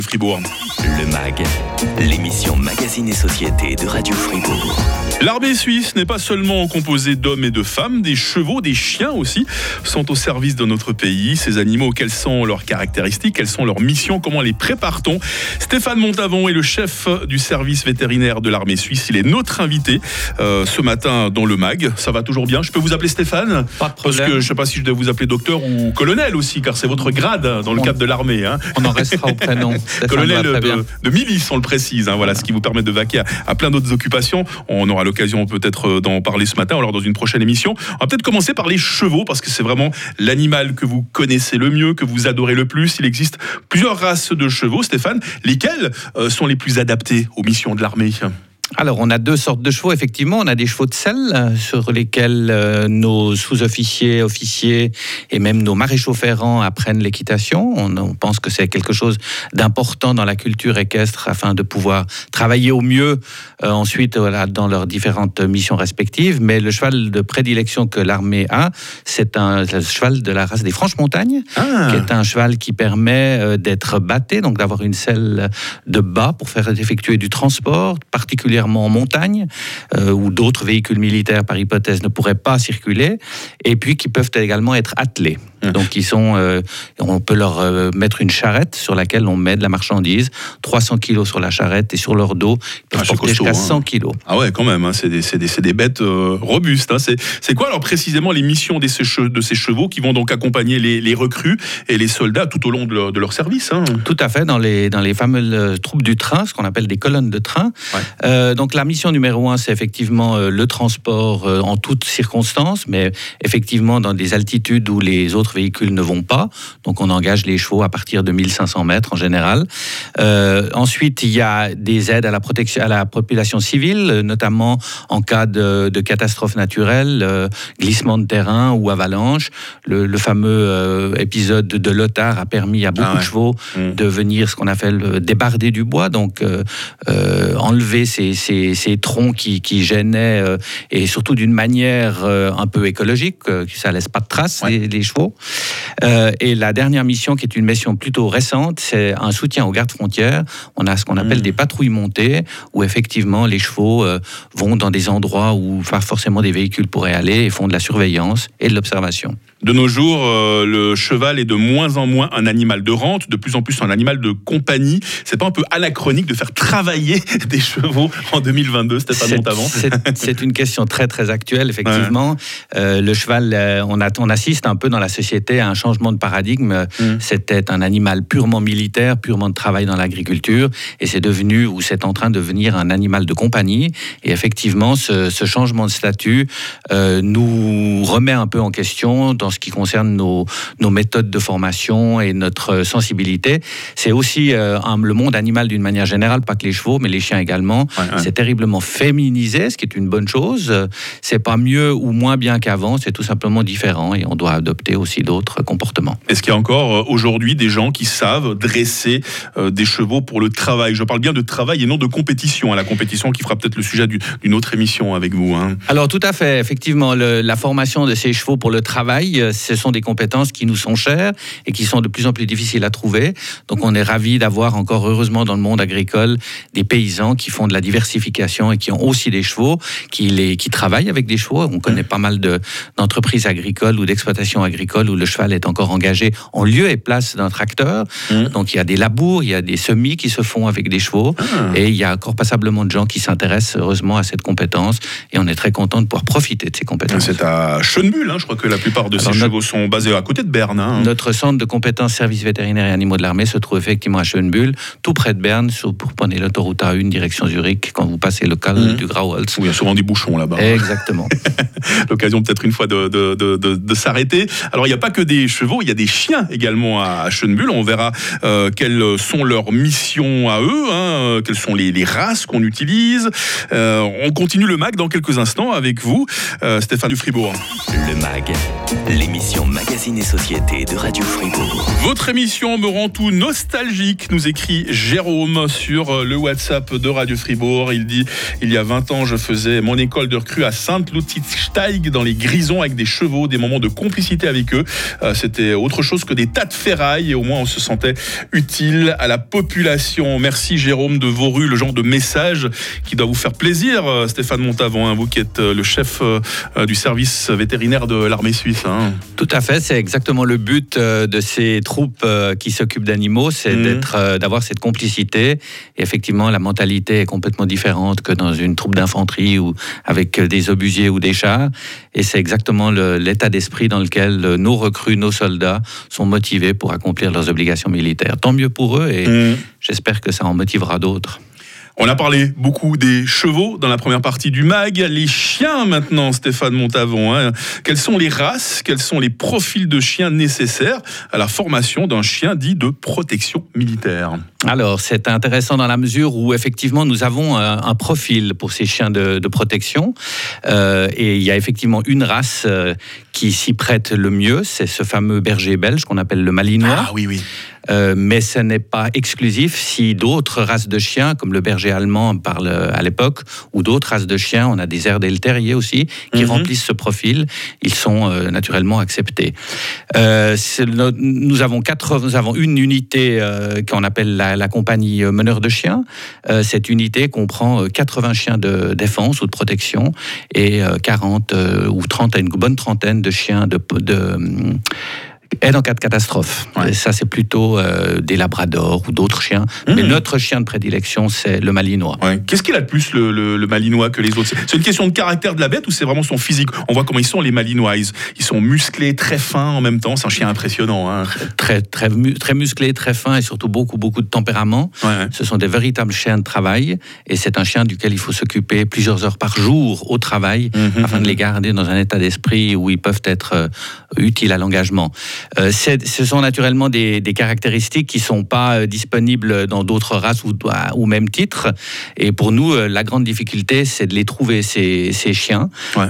Fribourg. Le MAG, l'émission Magazine et Société de Radio Fribourg. L'armée suisse n'est pas seulement composée d'hommes et de femmes, des chevaux, des chiens aussi sont au service de notre pays. Ces animaux, quelles sont leurs caractéristiques, quelles sont leurs missions, comment les prépare-t-on? Stéphane Montavon est le chef du service vétérinaire de l'armée suisse. Il est notre invité ce matin dans le MAG. Ça va toujours bien? Je peux vous appeler Stéphane? Pas de problème. Parce que je ne sais pas si je dois vous appeler docteur ou colonel aussi, car c'est votre grade dans le cadre de l'armée. On en restera au prénom. Colonel de milice, on le précise. Voilà, ce qui vous permet de vaquer à plein d'autres occupations. On aura l'occasion peut-être d'en parler ce matin, alors dans une prochaine émission. On va peut-être commencer par les chevaux, parce que c'est vraiment l'animal que vous connaissez le mieux, que vous adorez le plus. Il existe plusieurs races de chevaux, Stéphane. Lesquels sont les plus adaptés aux missions de l'armée ? Alors, on a deux sortes de chevaux, effectivement. On a des chevaux de selle sur lesquels nos sous-officiers, officiers et même nos maréchaux ferrants apprennent l'équitation. On pense que c'est quelque chose d'important dans la culture équestre afin de pouvoir travailler au mieux ensuite dans leurs différentes missions respectives. Mais le cheval de prédilection que l'armée a, c'est un cheval de la race des Franches-Montagnes, qui est un cheval qui permet d'être batté, donc d'avoir une selle de bas pour faire effectuer du transport, particulièrement en montagne, où d'autres véhicules militaires, par hypothèse, ne pourraient pas circuler, et puis qui peuvent également être attelés. Donc on peut leur mettre une charrette sur laquelle on met de la marchandise, 300 kilos sur la charrette, et sur leur dos, ils peuvent porter jusqu'à 100 kilos. Ah ouais, quand même, c'est des bêtes robustes. C'est quoi alors précisément les missions de ces chevaux qui vont donc accompagner les recrues et les soldats tout au long de leur service? Tout à fait, dans les fameuses troupes du train, ce qu'on appelle des colonnes de train. Ouais. Donc la mission numéro 1, c'est effectivement le transport en toutes circonstances, mais effectivement dans des altitudes où les autres véhicules ne vont pas. Donc on engage les chevaux à partir de 1500 mètres en général. Ensuite, il y a des aides à la population civile, notamment en cas de catastrophe naturelle, glissement de terrain ou avalanche. Le fameux épisode de l'Ottar a permis à beaucoup de chevaux de venir, ce qu'on appelle débarder du bois, donc enlever ces troncs qui gênaient, et surtout d'une manière un peu écologique, que ça ne laisse pas de traces, les chevaux. Et la dernière mission, qui est une mission plutôt récente, c'est un soutien aux gardes-frontières. On a ce qu'on appelle des patrouilles montées, où effectivement les chevaux vont dans des endroits où pas forcément des véhicules pourraient aller et font de la surveillance et de l'observation. De nos jours, le cheval est de moins en moins un animal de rente, de plus en plus un animal de compagnie. C'est pas un peu anachronique de faire travailler des chevaux en 2022, Stéphane Montavon? C'est une question très très actuelle, effectivement. Le cheval, on assiste un peu dans la société à un changement de paradigme. C'était un animal purement militaire, purement de travail dans l'agriculture, et c'est en train de devenir un animal de compagnie. Et effectivement, ce changement de statut nous remet un peu en question dans ce qui concerne nos méthodes de formation et notre sensibilité. C'est aussi le monde animal d'une manière générale, pas que les chevaux, mais les chiens également. C'est terriblement féminisé, ce qui est une bonne chose. C'est pas mieux ou moins bien qu'avant, c'est tout simplement différent, et on doit adopter aussi d'autres comportements. Est-ce qu'il y a encore aujourd'hui des gens qui savent dresser des chevaux pour le travail? Je parle bien de travail et non de compétition. La compétition qui fera peut-être le sujet d'une autre émission avec vous. Alors tout à fait, effectivement, la formation de ces chevaux pour le travail, ce sont des compétences qui nous sont chères et qui sont de plus en plus difficiles à trouver. Donc on est ravis d'avoir encore, heureusement, dans le monde agricole, des paysans qui font de la diversification et qui ont aussi des chevaux, qui travaillent avec des chevaux. On connaît pas mal d'entreprises agricoles ou d'exploitations agricoles où le cheval est encore engagé en lieu et place d'un tracteur. Donc il y a des labours, il y a des semis qui se font avec des chevaux, et il y a encore passablement de gens qui s'intéressent heureusement à cette compétence, et on est très content de pouvoir profiter de ces compétences. C'est à Schönbuhl, je crois que la plupart de ces chevaux sont basés à côté de Berne. Notre centre de compétences services vétérinaires et animaux de l'armée se trouve effectivement à Schönbuhl, tout près de Berne, pour prendre l'autoroute A1 direction Zurich, quand vous passez le col du Grauholz. Où il y a souvent des bouchons là-bas. Exactement. L'occasion peut-être une fois de s'arrêter. Alors il n'y a pas que des chevaux, il y a des chiens également à Schönbuhl. On verra quelles sont leurs missions à eux, quelles sont les races qu'on utilise. On continue le MAG dans quelques instants avec vous, Stéphane du Fribourg. Le MAG, l'émission Magazine et Société de Radio Fribourg. Votre émission me rend tout nostalgique, nous écrit Jérôme sur le WhatsApp de Radio Fribourg. Il dit, il y a 20 ans, je faisais mon école de recrue à Sainte-Lutzig dans les Grisons avec des chevaux, des moments de complicité avec eux. C'était autre chose que des tas de ferrailles et au moins on se sentait utile à la population. Merci Jérôme de Vauru, le genre de message qui doit vous faire plaisir, Stéphane Montavon, vous qui êtes le chef du service vétérinaire de l'armée suisse. Tout à fait, c'est exactement le but de ces troupes qui s'occupent d'animaux, c'est d'avoir cette complicité. Et effectivement, la mentalité est complètement différente que dans une troupe d'infanterie ou avec des obusiers ou des chars. Et c'est exactement l'état d'esprit dans lequel nos recrues, nos soldats sont motivés pour accomplir leurs obligations militaires. Tant mieux pour eux et j'espère que ça en motivera d'autres. On a parlé beaucoup des chevaux dans la première partie du MAG. Les chiens maintenant, Stéphane Montavon. Quelles sont les races, quels sont les profils de chiens nécessaires à la formation d'un chien dit de protection militaire ? Alors, c'est intéressant dans la mesure où, effectivement, nous avons un profil pour ces chiens de protection. Et il y a effectivement une race qui s'y prête le mieux, c'est ce fameux berger belge qu'on appelle le malinois. Ah oui, oui. Mais ce n'est pas exclusif. Si d'autres races de chiens, comme le berger allemand parle à l'époque, ou d'autres races de chiens, on a des Airedale terriers aussi, qui remplissent ce profil, ils sont naturellement acceptés. Nous avons une unité qu'on appelle la compagnie meneur de chiens. Cette unité comprend 80 chiens de défense ou de protection et 40 ou 30, une bonne trentaine de chiens aide en cas de catastrophe. Ouais. Et ça, c'est plutôt des labradors ou d'autres chiens. Mais notre chien de prédilection, c'est le malinois. Ouais. Qu'est-ce qu'il a de plus, le malinois, que les autres ? C'est une question de caractère de la bête ou c'est vraiment son physique ? On voit comment ils sont, les malinois. Ils sont musclés, très fins en même temps. C'est un chien impressionnant. Très musclé, très fin et surtout beaucoup de tempérament. Ouais. Ce sont des véritables chiens de travail. Et c'est un chien duquel il faut s'occuper plusieurs heures par jour au travail afin de les garder dans un état d'esprit où ils peuvent être utiles à l'engagement. Ce sont naturellement des caractéristiques qui ne sont pas disponibles dans d'autres races ou même titres. Et pour nous, la grande difficulté, c'est de les trouver, ces chiens. Ouais.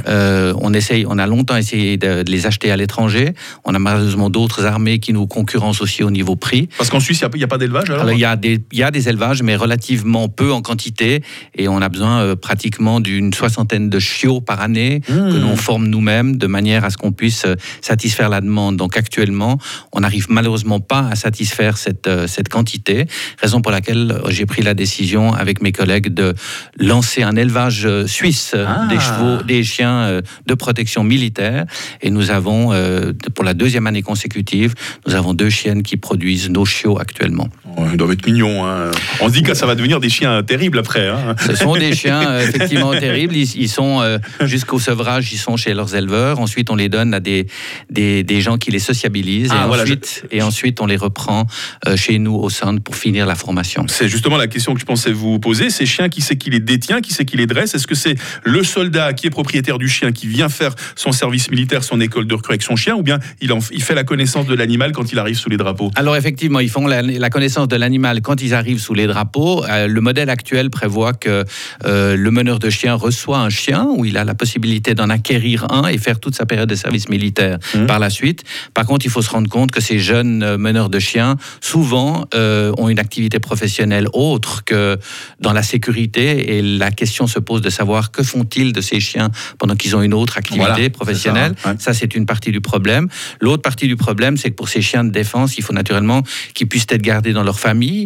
On a longtemps essayé de les acheter à l'étranger. On a malheureusement d'autres armées qui nous concurrencent aussi au niveau prix. Parce qu'en Suisse, il n'y a pas d'élevage alors ? Il y a des élevages, mais relativement peu en quantité. Et on a besoin pratiquement d'une 60aine de chiots par année que l'on forme nous-mêmes de manière à ce qu'on puisse satisfaire la demande. Donc actuellement, on n'arrive malheureusement pas à satisfaire cette quantité, raison pour laquelle j'ai pris la décision avec mes collègues de lancer un élevage suisse des chiens de protection militaire. Et nous avons, pour la 2e année consécutive, nous avons 2 chiennes qui produisent nos chiots actuellement. Oh, ils doivent être mignons. On se dit que ça va devenir des chiens terribles après. Ce sont des chiens effectivement terribles. Ils sont jusqu'au sevrage, ils sont chez leurs éleveurs. Ensuite, on les donne à des gens qui les sociabilisent. Et ensuite, on les reprend chez nous au centre pour finir la formation. C'est justement la question que je pensais vous poser. Ces chiens, qui c'est qui les détient, qui c'est qui les dresse ? Est-ce que c'est le soldat qui est propriétaire du chien qui vient faire son service militaire, son école de recrue avec son chien, ou bien il fait la connaissance de l'animal quand il arrive sous les drapeaux ? Alors effectivement, ils font la connaissance de l'animal quand ils arrivent sous les drapeaux. Le modèle actuel prévoit que le meneur de chien reçoit un chien où il a la possibilité d'en acquérir un et faire toute sa période de service militaire par la suite. Par contre, il faut se rendre compte que ces jeunes meneurs de chiens, souvent, ont une activité professionnelle autre que dans la sécurité. Et la question se pose de savoir que font-ils de ces chiens pendant qu'ils ont une autre activité professionnelle. Ça, c'est une partie du problème. L'autre partie du problème, c'est que pour ces chiens de défense, il faut naturellement qu'ils puissent être gardés dans leur famille.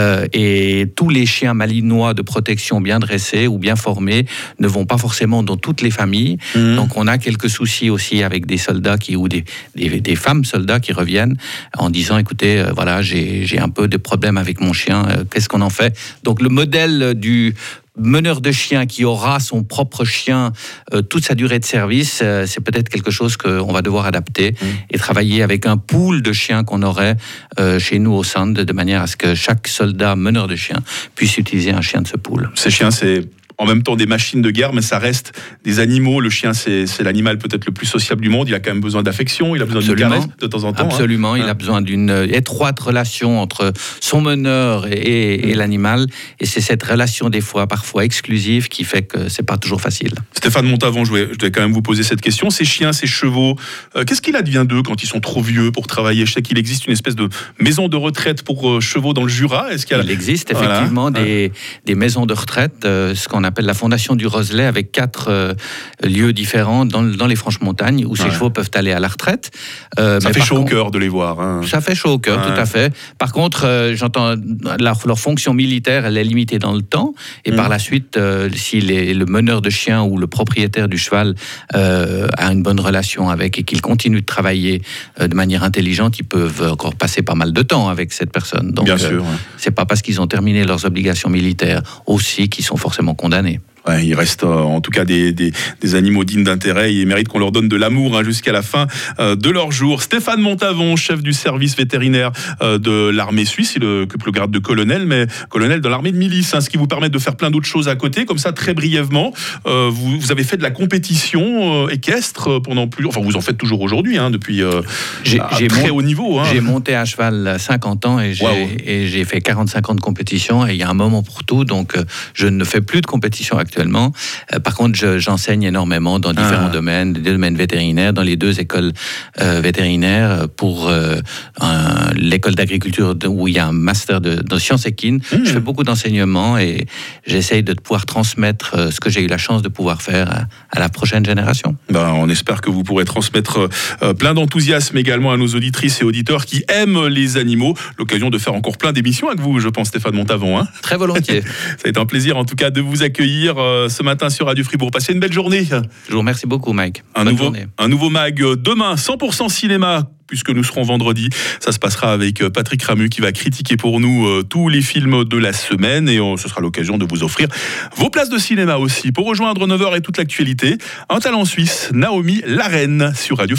Et tous les chiens malinois de protection bien dressés ou bien formés ne vont pas forcément dans toutes les familles. Donc, on a quelques soucis aussi avec des soldats ou des femmes soldats qui reviennent en disant, écoutez, j'ai un peu de problème avec mon chien, qu'est-ce qu'on en fait ? Donc, le modèle du meneur de chien qui aura son propre chien toute sa durée de service, c'est peut-être quelque chose qu'on va devoir adapter et travailler avec un pool de chiens qu'on aurait chez nous au centre, de manière à ce que chaque soldat meneur de chien puisse utiliser un chien de ce pool. Ces chiens, c'est en même temps des machines de guerre, mais ça reste des animaux. Le chien, c'est l'animal peut-être le plus sociable du monde. Il a quand même besoin d'affection, il a besoin d'une caresse de temps en temps. Absolument, il a besoin d'une étroite relation entre son meneur et l'animal. Et c'est cette relation des fois, parfois exclusive, qui fait que c'est pas toujours facile. Stéphane Montavon, je dois quand même vous poser cette question. Ces chiens, ces chevaux, qu'est-ce qu'il advient d'eux quand ils sont trop vieux pour travailler? Je sais qu'il existe une espèce de maison de retraite pour chevaux dans le Jura. Il existe effectivement des maisons de retraite, ce qu'on appelle la Fondation du Roselet, avec 4 lieux différents dans les Franches-Montagnes où ces chevaux peuvent aller à la retraite. Ça fait chaud au cœur de les voir. Ça fait chaud au cœur, tout à fait. Par contre, j'entends leur fonction militaire, elle est limitée dans le temps. Et par la suite, si le meneur de chien ou le propriétaire du cheval a une bonne relation avec et qu'il continue de travailler de manière intelligente, ils peuvent encore passer pas mal de temps avec cette personne. Donc, bien sûr, c'est pas parce qu'ils ont terminé leurs obligations militaires aussi qu'ils sont forcément condamnés. Ouais, il reste en tout cas des animaux dignes d'intérêt et ils méritent qu'on leur donne de l'amour jusqu'à la fin de leur jour. Stéphane Montavon, chef du service vétérinaire de l'armée suisse, il occupe le grade de colonel, mais colonel dans l'armée de milice, ce qui vous permet de faire plein d'autres choses à côté, comme ça très brièvement. Vous avez fait de la compétition équestre pendant vous en faites toujours aujourd'hui, depuis très haut niveau. J'ai monté à cheval 50 ans et j'ai fait 45 ans de compétition et il y a un moment pour tout, donc je ne fais plus de compétition actuellement. Par contre, j'enseigne énormément dans différents domaines, des domaines vétérinaires, dans les 2 écoles vétérinaires, pour l'école d'agriculture où il y a un master de sciences équines. Je fais beaucoup d'enseignement et j'essaye de pouvoir transmettre ce que j'ai eu la chance de pouvoir faire à la prochaine génération. On espère que vous pourrez transmettre plein d'enthousiasme également à nos auditrices et auditeurs qui aiment les animaux. L'occasion de faire encore plein d'émissions avec vous, je pense, Stéphane Montavon. Très volontiers. Ça a été un plaisir en tout cas de vous accueillir ce matin sur Radio Fribourg. Passez une belle journée. Je vous remercie beaucoup, Mike. Un nouveau mag demain, 100% cinéma, puisque nous serons vendredi. Ça se passera avec Patrick Ramu qui va critiquer pour nous tous les films de la semaine et ce sera l'occasion de vous offrir vos places de cinéma aussi. Pour rejoindre 9h et toute l'actualité, un talent suisse, Naomi Larraine sur Radio